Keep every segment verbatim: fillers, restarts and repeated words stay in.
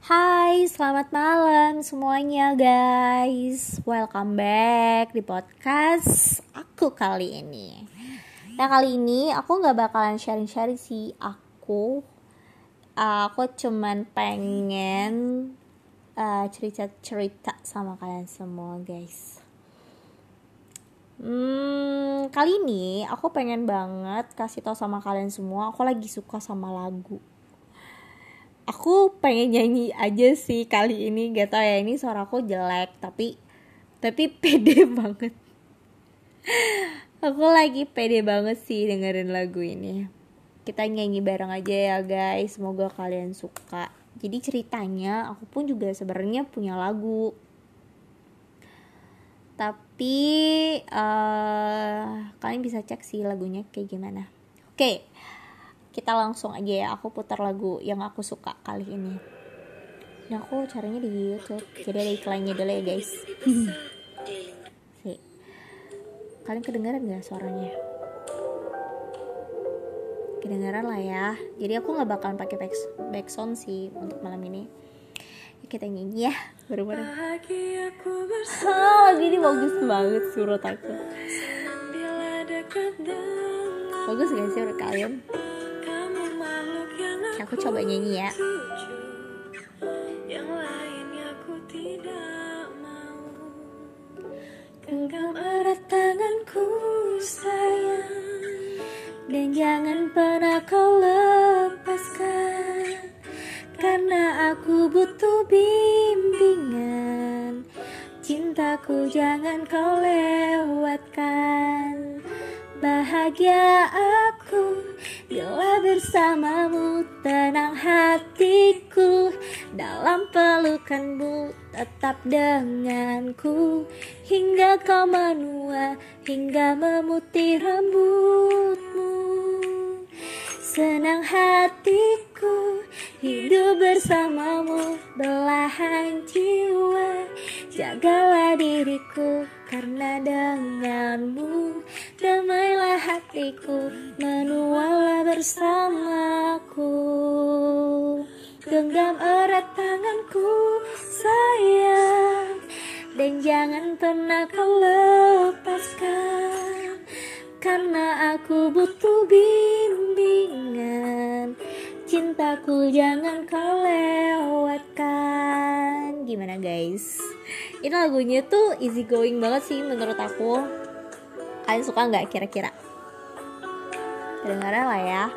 Hai, selamat malam semuanya guys. Welcome back di podcast aku kali ini. Nah kali ini aku gak bakalan sharing-sharing sih. Aku uh, Aku cuman pengen uh, cerita-cerita sama kalian semua guys. Hmm, kali ini aku pengen banget kasih tahu sama kalian semua. Aku lagi suka sama lagu. Aku pengen nyanyi aja sih kali ini, gak tau ya, ini suaraku jelek tapi tapi pede banget. Aku lagi pede banget sih dengerin lagu ini. Kita nyanyi bareng aja ya guys, semoga kalian suka. Jadi ceritanya aku pun juga sebenarnya punya lagu, tapi uh, kalian bisa cek sih lagunya kayak gimana. Oke, kita langsung aja ya, aku putar lagu yang aku suka kali ini. Nah aku caranya di YouTube, jadi ada iklannya dulu ya guys. Sih, kalian kedengaran gak suaranya? Kedengaran lah ya. Jadi aku nggak bakalan pakai back backsound sih untuk malam ini. Kita nyanyi ya bareng-bareng. Oh, lagu ini bagus banget surat aku. Bagus gak sih menurut kalian? Aku coba nyanyi ya. Genggam erat tanganku sayang, dan jangan pernah kau lepaskan, karena aku butuh bimbingan. Cintaku jangan kau lewatkan. Bahagia aku bila bersamamu, tenang hatiku dalam pelukanmu, tetap denganku hingga kau menua, hingga memutih rambutmu. Senang hatiku hidup bersamamu, belahan jiwa. Jagalah diriku, karena denganmu damailah hatiku, menualah bersamaku. Genggam erat tanganku sayang, dan jangan pernah kau lepaskan, karena aku butuh bimbingan. Cintaku jangan kau lewatkan. Gimana guys? Ini lagunya tuh easy going banget sih menurut aku. Kalian suka gak kira-kira? Kedengaran lah ya.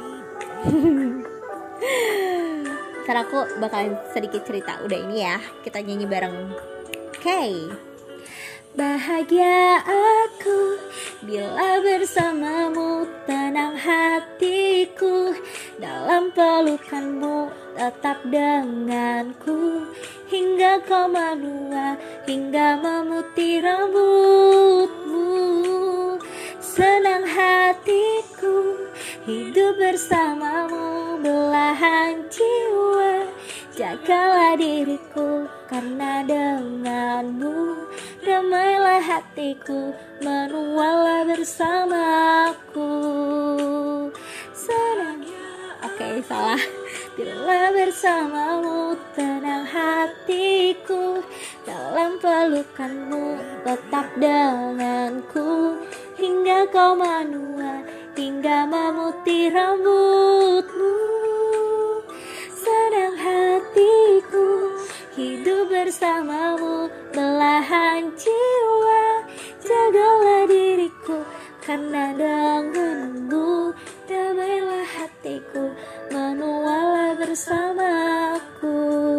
Ntar aku bakalan sedikit cerita. Udah ini ya, kita nyanyi bareng. Oke okay. Bahagia aku bila bersamamu, tenang hatiku dalam pelukanmu, tetap denganku hingga kau menua, hingga memutih rambutmu. Senang hatiku hidup bersamamu, belahan jiwa. Jagalah diriku, karena denganmu damailah hatiku, menualah bersamaku. Senang, oke okay, salah. Bila bersamamu, tenang hatiku dalam pelukanmu, tetap denganku hingga kau menua, hingga memutih rambutmu. Senang hatiku hidup bersamamu, belahan jiwa. Jagalah diriku, karena denganmu damailah hatiku, menualah bersamaku.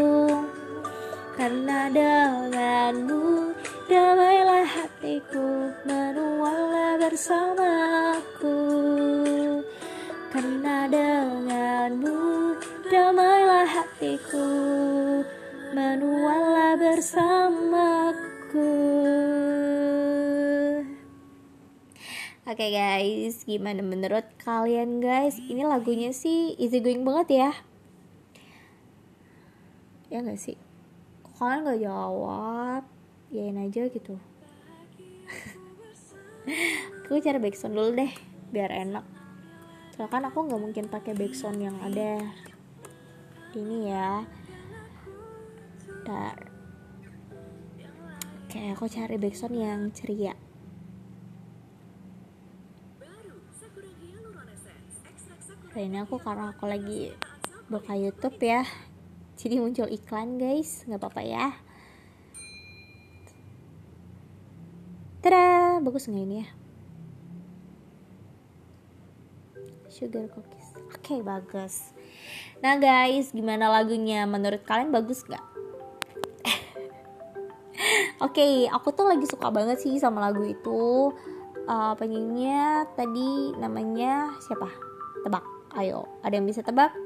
Karena denganmu damailah hatiku, menualah bersamaku. Karena denganmu damailah hatiku, menualah bersamaku. Oke okay guys, gimana menurut kalian guys? Ini lagunya sih easy going banget ya. Ya gak sih? Kok kalian gak jawab? Yain aja gitu. Aku cari backsound dulu deh, biar enak. Soalnya kan aku gak mungkin pakai backsound yang ada ini ya. Bentar. Oke, aku cari backsound yang ceria. Hari ini aku karena aku lagi buka YouTube ya, jadi muncul iklan guys, nggak apa-apa ya. Tada, bagus nggak ini ya? Sugar cookies. Oke, okay, bagus. Nah guys, gimana lagunya? Menurut kalian bagus nggak? Oke, okay, aku tuh lagi suka banget sih sama lagu itu. Uh, penyanyinya tadi namanya siapa? Tebak. Ayo, ada yang bisa tebak?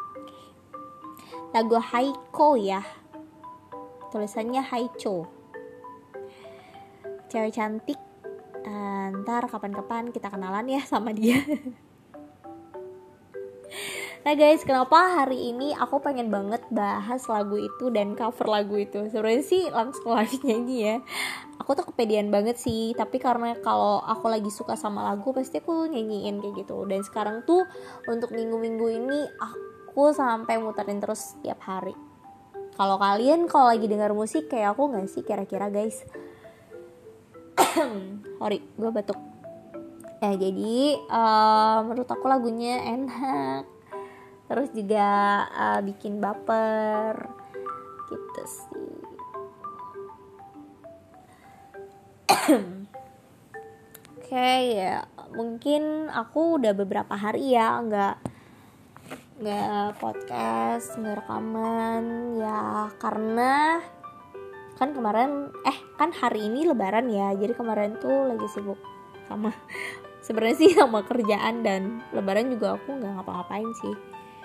Lagu Haiko ya. Tulisannya Haicho. Cewek cantik. Uh, ntar kapan-kapan kita kenalan ya sama dia. Nah guys, kenapa hari ini aku pengen banget bahas lagu itu dan cover lagu itu? Sebenarnya sih langsung live nyanyi ya. Aku tuh kepedean banget sih, tapi karena kalau aku lagi suka sama lagu pasti aku nyanyiin kayak gitu. Dan sekarang tuh untuk minggu-minggu ini aku sampai muterin terus tiap hari. Kalau kalian kalau lagi dengar musik kayak aku nggak sih kira-kira guys? Sorry, gue batuk. Ya jadi uh, menurut aku lagunya enak. Terus juga uh, bikin baper gitu sih. Oke okay, ya mungkin aku udah beberapa hari ya nggak nggak podcast, nggak rekaman ya karena kan kemarin eh kan hari ini Lebaran ya, jadi kemarin tuh lagi sibuk sama sebenarnya sih sama kerjaan, dan Lebaran juga aku nggak ngapa-ngapain sih.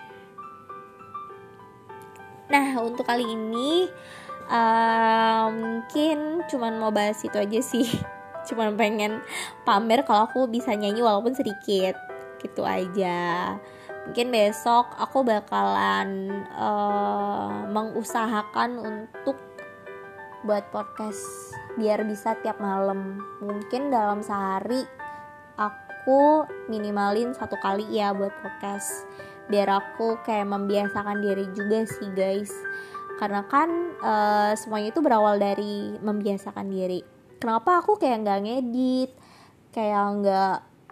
Nah untuk kali ini uh, mungkin cuman mau bahas itu aja sih. Cuman pengen pamer kalau aku bisa nyanyi walaupun sedikit, gitu aja. Mungkin besok aku bakalan uh, mengusahakan untuk buat podcast biar bisa tiap malam. Mungkin dalam sehari aku minimalin satu kali ya buat podcast, biar aku kayak membiasakan diri juga sih guys. Karena kan uh, semuanya itu berawal dari membiasakan diri. Kenapa aku kayak nggak ngedit, kayak nggak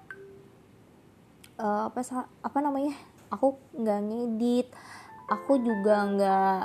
uh, apa apa namanya, aku nggak ngedit, aku juga nggak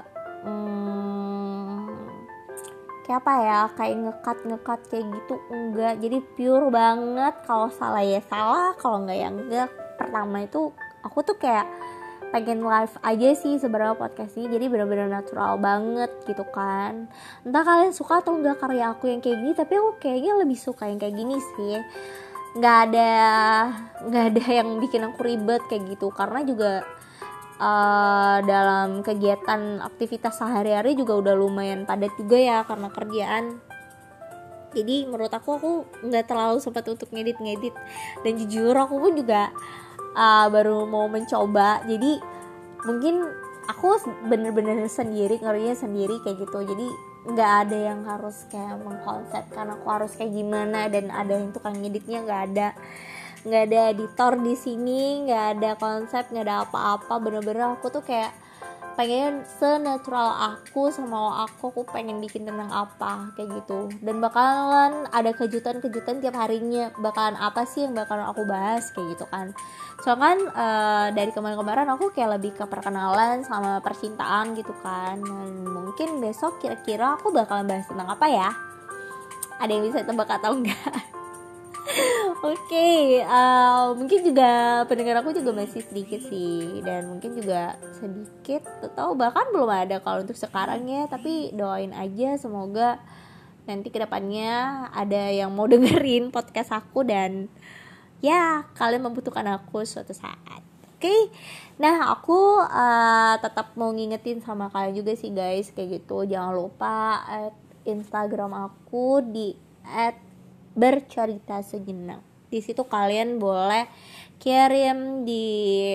hmm, kayak apa ya, kayak ngekat ngekat kayak gitu enggak. Jadi pure banget. Kalau salah ya salah, kalau nggak ya enggak. Pertama itu aku tuh kayak pengen live aja sih sebenarnya podcast ini, jadi benar-benar natural banget gitu kan. Entah kalian suka atau enggak karya aku yang kayak gini, tapi aku kayaknya lebih suka yang kayak gini sih. Nggak ada nggak ada yang bikin aku ribet kayak gitu, karena juga uh, dalam kegiatan aktivitas sehari-hari juga udah lumayan padat juga ya karena kerjaan. Jadi menurut aku aku nggak terlalu sempat untuk ngedit-ngedit, dan jujur aku pun juga Uh, baru mau mencoba, jadi mungkin aku bener-bener sendiri, ngerinya sendiri kayak gitu. Jadi nggak ada yang harus kayak mengkonsepkan aku harus kayak gimana, dan ada yang tukang ngeditnya, nggak ada nggak ada editor di sini, nggak ada konsep, nggak ada apa-apa. Bener-bener aku tuh kayak pengen senatural aku sama aku, aku pengen bikin tentang apa kayak gitu. Dan bakalan ada kejutan-kejutan tiap harinya, bakalan apa sih yang bakalan aku bahas kayak gitu kan. Soalnya kan uh, dari kemarin-kemarin aku kayak lebih ke perkenalan sama percintaan gitu kan. Dan mungkin besok kira-kira aku bakalan bahas tentang apa ya? Ada yang bisa tebak atau enggak? Oke, okay, uh, mungkin juga pendengar aku juga masih sedikit sih, dan mungkin juga sedikit atau bahkan belum ada kalau untuk sekarang ya. Tapi doain aja semoga nanti kedepannya ada yang mau dengerin podcast aku, dan ya kalian membutuhkan aku suatu saat. Oke, okay? Nah aku uh, tetap mau ngingetin sama kalian juga sih guys kayak gitu. Jangan lupa add Instagram aku di at bercerita sejenak. Di situ kalian boleh kirim di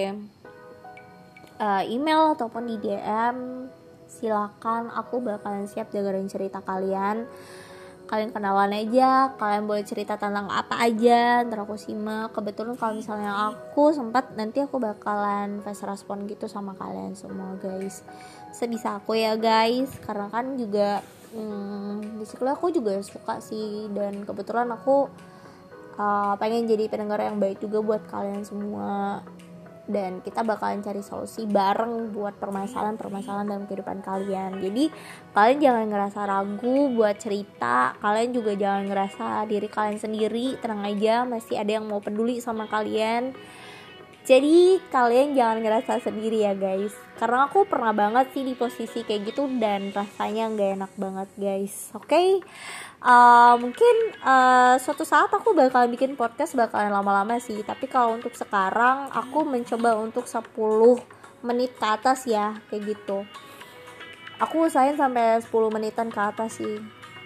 uh, email ataupun di D M. Silakan, aku bakalan siap dengerin cerita kalian. kalian kenalan aja, kalian boleh cerita tentang apa aja, ntar aku simak. Kebetulan kalau misalnya aku sempat, nanti aku bakalan fast respon gitu sama kalian semua guys, sebisa aku ya guys, karena kan juga hmm, basically aku juga suka sih, dan kebetulan aku uh, pengen jadi pendengar yang baik juga buat kalian semua, dan kita bakalan cari solusi bareng buat permasalahan-permasalahan dalam kehidupan kalian. Jadi kalian jangan ngerasa ragu buat cerita, kalian juga jangan ngerasa diri kalian sendiri, tenang aja, masih ada yang mau peduli sama kalian. Jadi kalian jangan ngerasa sendiri ya guys, karena aku pernah banget sih di posisi kayak gitu dan rasanya gak enak banget guys. Oke, okay? uh, mungkin uh, suatu saat aku bakalan bikin podcast bakalan lama-lama sih, tapi kalau untuk sekarang aku mencoba untuk sepuluh menit ke atas ya, kayak gitu. Aku usahain sampai sepuluh menitan ke atas sih.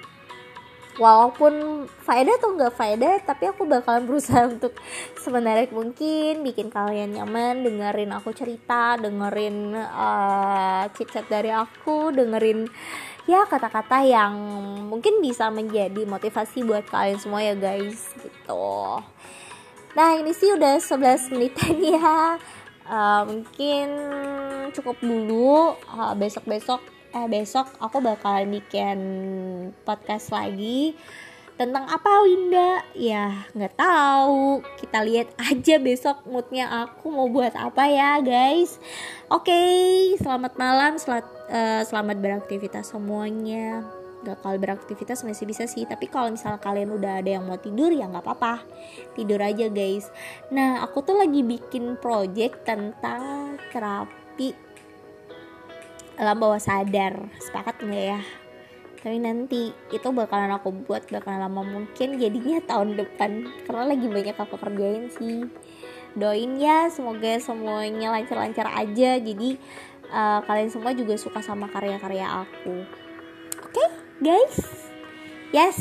Walaupun faedah atau enggak faedah, tapi aku bakalan berusaha untuk semenarik mungkin bikin kalian nyaman dengerin aku cerita, dengerin uh, chit-chat dari aku, dengerin ya kata-kata yang mungkin bisa menjadi motivasi buat kalian semua ya guys, gitu. Nah ini sih udah sebelas menitan ya, uh, mungkin cukup dulu. uh, besok-besok Eh besok aku bakalan bikin podcast lagi tentang apa Winda? Ya nggak tahu. Kita lihat aja besok moodnya aku mau buat apa ya guys. Oke, okay, selamat malam, selamat, uh, selamat beraktivitas semuanya. Gak kalau beraktivitas masih bisa sih, tapi kalau misalnya kalian udah ada yang mau tidur ya nggak apa-apa, tidur aja guys. Nah aku tuh lagi bikin project tentang terapi alam bawah sadar, sepakat nggak ya? Tapi nanti itu bakalan aku buat bakalan lama mungkin, jadinya tahun depan, karena lagi banyak aku kerjain sih. Doain ya, semoga semuanya lancar-lancar aja. Jadi uh, kalian semua juga suka sama karya-karya aku. Oke okay, guys, yes.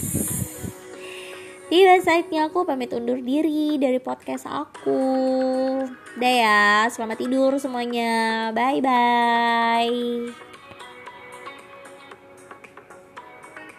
Tiba saatnya aku pamit undur diri dari podcast aku. Udah ya, selamat tidur semuanya. Bye bye.